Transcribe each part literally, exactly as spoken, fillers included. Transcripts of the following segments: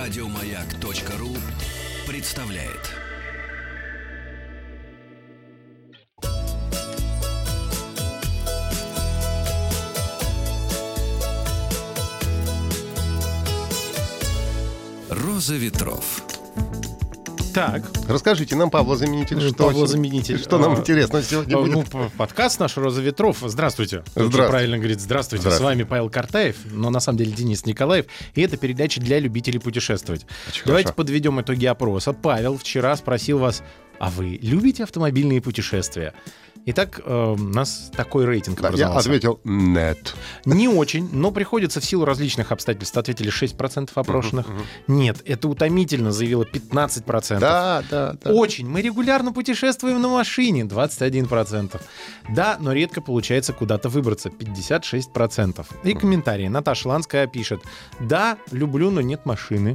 Радиомаяк.ру представляет. Роза ветров. Так. Расскажите нам, Павло-заменитель, что, Павло-заменитель. что нам интересно сегодня а, будет. Ну, подкаст наш «Роза ветров». Здравствуйте. Здравствуйте. Правильно говорит «здравствуйте». Здравствуйте. С вами Павел Картаев, но на самом деле Денис Николаев. И это передача для любителей путешествовать. Очень Давайте хорошо. подведем итоги опроса. Павел вчера спросил вас, а вы любите автомобильные путешествия? Итак, э, у нас такой рейтинг Да, я образовался. ответил «нет». Не очень, но приходится в силу различных обстоятельств. Ответили шесть процентов опрошенных. Мгм, мгм. Нет, это утомительно, заявило пятнадцать процентов. Да, да, да. Очень. Мы регулярно путешествуем на машине. двадцать один процент. Да, но редко получается куда-то выбраться. пятьдесят шесть процентов. И комментарии. Наташа Ланская пишет. Да, люблю, но нет машины.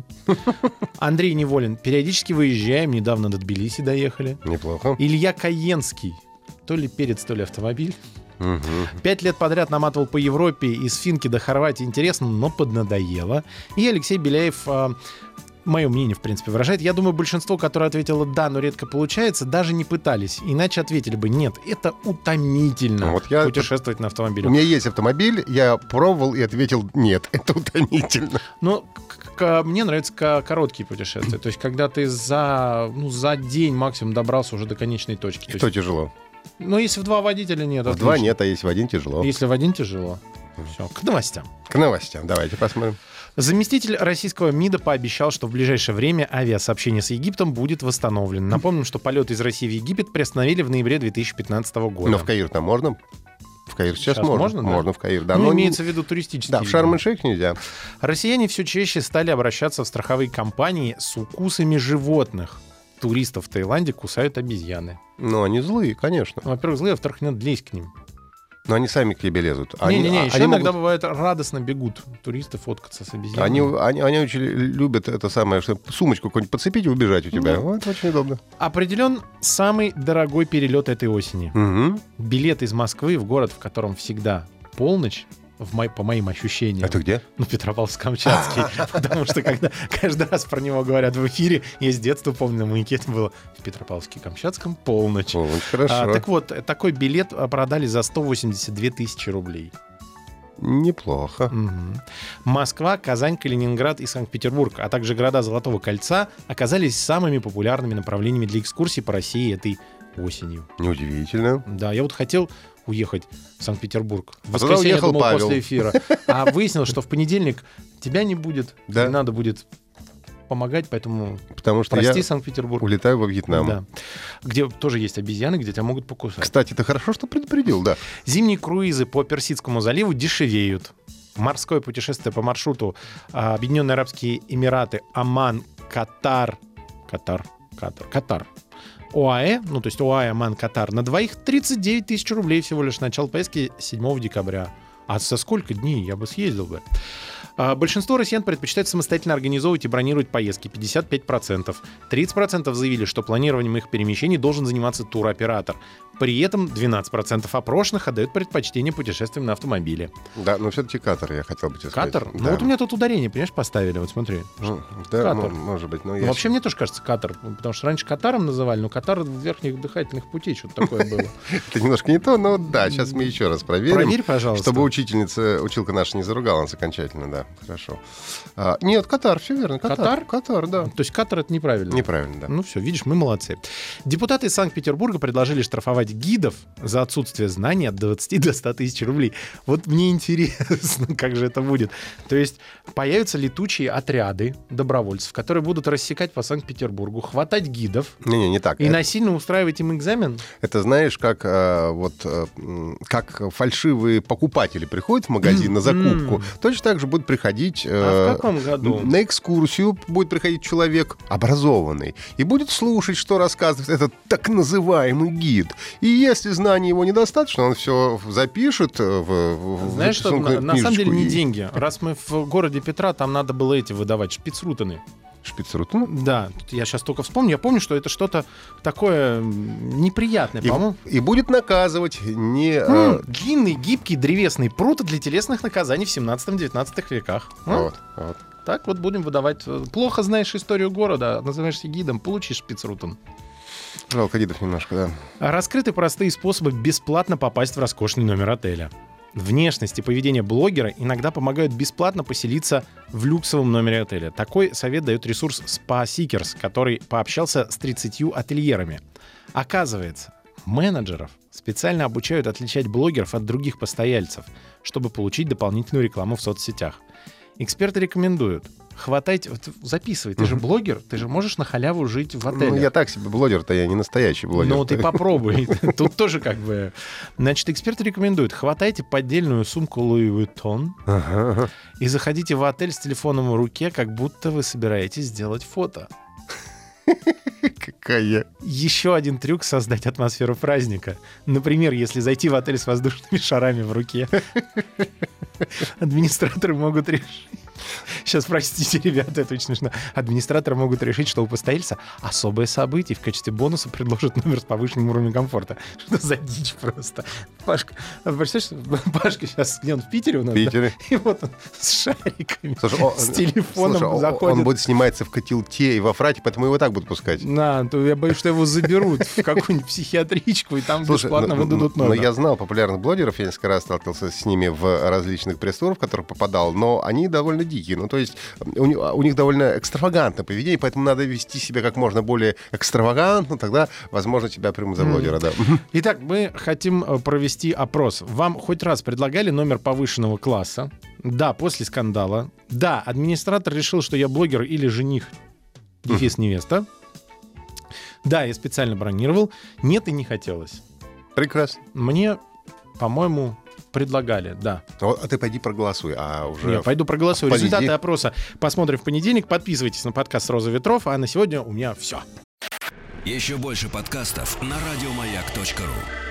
Андрей Неволин. Периодически выезжаем. Недавно до Тбилиси доехали. Неплохо. Илья Каенский. То ли перец, то ли автомобиль. Мгм. Пять лет подряд наматывал по Европе, из Финки до Хорватии. Интересно, но поднадоело. И Алексей Беляев... э, Мое мнение, в принципе, выражает. Я думаю, большинство, которое ответило «да», но редко получается, даже не пытались. Иначе ответили бы «нет». Это утомительно, Вот я- путешествовать на автомобиле. У меня есть автомобиль, я пробовал и ответил «нет». Это утомительно. Но к- к- мне нравятся ко- короткие путешествия. То есть, когда ты за, ну, за день максимум добрался уже до конечной точки. То Что есть, тяжело? ну, если в два водителя нет, В два отлично. нет, а если в один тяжело. Если в один тяжело. Все, к новостям. К новостям. Давайте посмотрим. Заместитель российского МИДа пообещал, что в ближайшее время авиасообщение с Египтом будет восстановлено. Напомним, что полеты из России в Египет приостановили в ноябре две тысячи пятнадцатого года. Но в Каир там можно? В Каир сейчас, Сейчас можно. можно, да? Можно в Каир, да. Ну, но не- имеется в виду туристические. Да, в Шарм-эль-Шейх нельзя. Россияне все чаще стали обращаться в страховые компании с укусами животных. Туристов в Таиланде кусают обезьяны. Но они злые, конечно. Ну, во-первых, злые, во-вторых, не надо лезть к ним. Но они сами к тебе лезут. Они, Не-не-не, а- еще они иногда могут- бывает радостно бегут туристы фоткаться с обезьянами. Они, они, они очень любят это самое, что сумочку какую-нибудь подцепить и убежать у тебя. Ну. Вот, очень удобно. Определен самый дорогой перелет этой осени. Мгм. Билет из Москвы в город, в котором всегда полночь, в мо- по моим ощущениям. Это где? Ну, Петропавловск-Камчатский. Потому что когда каждый раз про него говорят в эфире, я с детства помню, на маяке это было в Петропавловске-Камчатском полночь. О, очень хорошо. А, так вот, такой билет а, продали за сто восемьдесят две тысячи рублей. Неплохо. Мгм. Москва, Казань, Калининград и Санкт-Петербург, а также города Золотого кольца оказались самыми популярными направлениями для экскурсий по России этой осенью. Неудивительно. Да, я вот хотел уехать в Санкт-Петербург. В А туда воскресенье уехал думал Павел. после эфира. А выяснилось, что в понедельник тебя не будет. Да. Тебе надо будет помогать, поэтому Потому что прости, я Санкт-Петербург. улетаю во Вьетнам. Да. Где тоже есть обезьяны, где тебя могут покусать. Кстати, ты хорошо, что предупредил, да. Зимние круизы по Персидскому заливу дешевеют. Морское путешествие по маршруту а, Объединенные Арабские Эмираты, Оман, Катар, Катар, Катар, Катар, ОАЭ, ну то есть ОАЭ, Оман, Катар, на двоих тридцать девять тысяч рублей всего лишь. Начало поездки седьмого декабря. А со сколько дней я бы съездил бы? А, Большинство россиян предпочитают самостоятельно организовывать и бронировать поездки, пятьдесят пять процентов. тридцать процентов заявили, что планированием их перемещений должен заниматься туроператор. При этом двенадцать процентов опрошенных отдают предпочтение путешествиям на автомобиле. Да, но все-таки Катар, я хотел бы тебе сказать. Катар? Да. Ну вот у меня тут ударение, понимаешь, поставили, вот смотри. Ну, да, Катар. м- может быть. Но Ну, я вообще, мне тоже кажется, Катар, потому что раньше Катаром называли, но Катар верхних дыхательных путей, что-то такое было. Это немножко не то, но да, сейчас мы еще раз проверим. Проверь, пожалуйста. Чтобы учительница, училка наша не заругала нас окончательно, да, хорошо. А, нет, Катар, все верно. Катар? Катар? Катар, да. То есть Катар — это неправильно. Неправильно, да. Ну все, видишь, мы молодцы. Депутаты из Санкт-Петербурга предложили штрафовать гидов за отсутствие знаний от двадцати до ста тысяч рублей. Вот мне интересно, как же это будет. То есть появятся летучие отряды добровольцев, которые будут рассекать по Санкт-Петербургу, хватать гидов Не-не, не так. и это, насильно устраивать им экзамен. это знаешь, как, э, вот, э, м, как фальшивые покупатели приходят в магазин на закупку, М. точно так же будут приходить... э, А в каком году? На экскурсию будет приходить человек образованный и будет слушать, что рассказывает этот так называемый гид. И если знаний его недостаточно, он все запишет в, в Знаешь, что записную на, на самом деле книжечку не и- деньги. Раз мы в городе Петра, там надо было эти выдавать шпицрутены. Шпицрутен? Да, тут я сейчас только вспомню. Я помню, что это что-то такое неприятное, И, по-моему. и будет наказывать не... М, э, Длинный, гибкий древесный прут для телесных наказаний в семнадцатом-девятнадцатом веках. М? вот, вот. Так вот будем выдавать. Плохо знаешь историю города, называешься гидом, получишь шпицрутен. Жалко гидов немножко, да. Раскрыты простые способы бесплатно попасть в роскошный номер отеля. Внешность и поведение блогера иногда помогают бесплатно поселиться в люксовом номере отеля. Такой совет дает ресурс Spa Seekers, который пообщался с тридцатью ательерами. Оказывается, менеджеров специально обучают отличать блогеров от других постояльцев, чтобы получить дополнительную рекламу в соцсетях. Эксперты рекомендуют: хватайте, вот записывай, ты же блогер, ты же можешь на халяву жить в отеле. Ну, я так себе блогер-то, я не настоящий блогер. Ну, ты попробуй. Тут тоже как бы... Значит, эксперты рекомендуют: хватайте поддельную сумку Louis Vuitton Ага, ага. и заходите в отель с телефоном в руке, как будто вы собираетесь сделать фото. Какая... Еще один трюк — создать атмосферу праздника. Например, если зайти в отель с воздушными шарами в руке, администраторы могут решить... Сейчас, простите, ребята, это очень смешно. Администраторы могут решить, что у постояльца особое событие, в качестве бонуса предложат номер с повышенным уровнем комфорта. Что за дичь просто. Пашка, а представляешь, Пашка сейчас, где он, в Питере у нас? В Питере. Да? И вот он с шариками, Слушай, он- с телефоном Слушай, он- заходит. он будет сниматься в котелке и во фраке, поэтому его так будут пускать. На, то я боюсь, что его заберут в какую-нибудь психиатричку, и там Слушай, бесплатно но- выдадут но номер. я знал популярных блогеров, я несколько раз сталкивался с ними в различных пресс-турах, в которых попадал, но они довольно дикие. Ну, то есть у, них- у них довольно экстравагантное поведение, поэтому надо вести себя как можно более экстравагантно, тогда, возможно, тебя примут за блогера, да. Итак, мы хотим э, провести опрос. Вам хоть раз предлагали номер повышенного класса? Да, после скандала. Да, администратор решил, что я блогер или жених, дефис невеста. Да, я специально бронировал. Нет, и не хотелось. Прекрасно. Мне, по-моему, предлагали, да. Вот, а ты пойди проголосуй, а уже... Я пойду проголосую. в понедельник- Результаты опроса посмотрим в понедельник. Подписывайтесь на подкаст «Роза ветров». А на сегодня у меня все. Еще больше подкастов на радиомаяк точка ру.